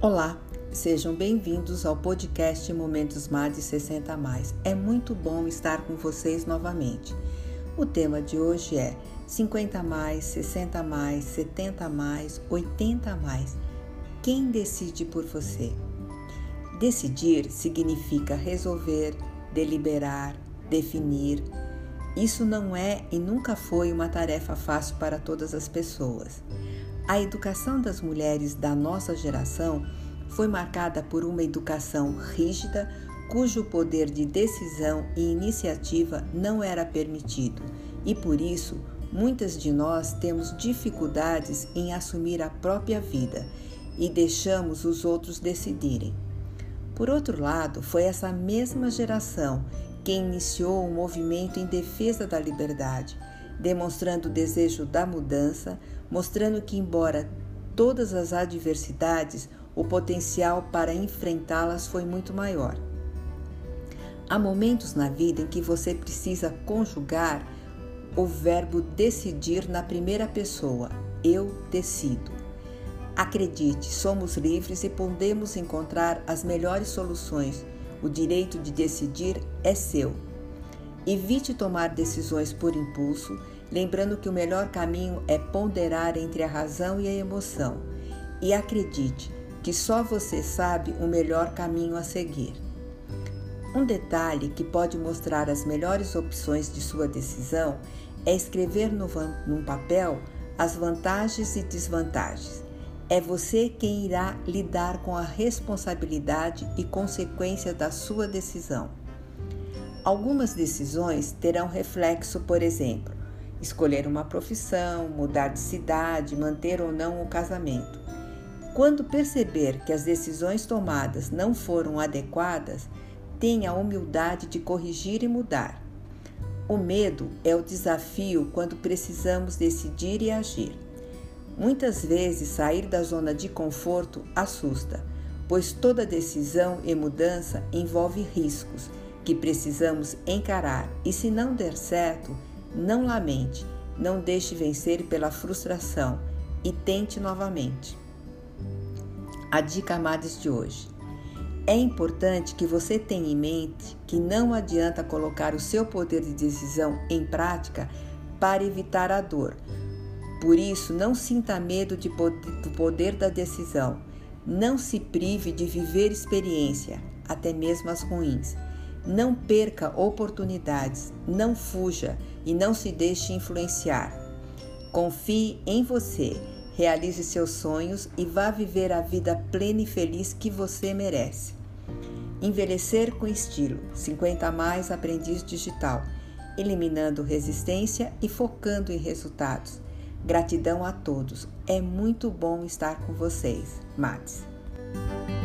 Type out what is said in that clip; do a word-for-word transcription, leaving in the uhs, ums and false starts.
Olá, sejam bem-vindos ao podcast Momentos Madi sessenta mais. É muito bom estar com vocês novamente. O tema de hoje é cinquenta mais, sessenta mais, setenta mais, oitenta mais. Quem decide por você? Decidir significa resolver, deliberar, definir. Isso não é e nunca foi uma tarefa fácil para todas as pessoas. A educação das mulheres da nossa geração foi marcada por uma educação rígida, cujo poder de decisão e iniciativa não era permitido, e por isso muitas de nós temos dificuldades em assumir a própria vida e deixamos os outros decidirem. Por outro lado, foi essa mesma geração que iniciou o movimento em defesa da liberdade, demonstrando o desejo da mudança, mostrando que, embora todas as adversidades, o potencial para enfrentá-las foi muito maior. Há momentos na vida em que você precisa conjugar o verbo decidir na primeira pessoa. Eu decido. Acredite, somos livres e podemos encontrar as melhores soluções. O direito de decidir é seu. Evite tomar decisões por impulso, lembrando que o melhor caminho é ponderar entre a razão e a emoção. E acredite que só você sabe o melhor caminho a seguir. Um detalhe que pode mostrar as melhores opções de sua decisão é escrever no num papel as vantagens e desvantagens. É você quem irá lidar com a responsabilidade e consequência da sua decisão. Algumas decisões terão reflexo, por exemplo, escolher uma profissão, mudar de cidade, manter ou não o casamento. Quando perceber que as decisões tomadas não foram adequadas, tenha a humildade de corrigir e mudar. O medo é o desafio quando precisamos decidir e agir. Muitas vezes sair da zona de conforto assusta, pois toda decisão e mudança envolve riscos que precisamos encarar e, se não der certo, não lamente, não deixe vencer pela frustração e tente novamente. A dica Amades de hoje. É importante que você tenha em mente que não adianta colocar o seu poder de decisão em prática para evitar a dor. Por isso, não sinta medo de poder, do poder da decisão. Não se prive de viver experiência, até mesmo as ruins. Não perca oportunidades, não fuja e não se deixe influenciar. Confie em você, realize seus sonhos e vá viver a vida plena e feliz que você merece. Envelhecer com estilo, cinquenta mais aprendiz digital, eliminando resistência e focando em resultados. Gratidão a todos, é muito bom estar com vocês. Mads.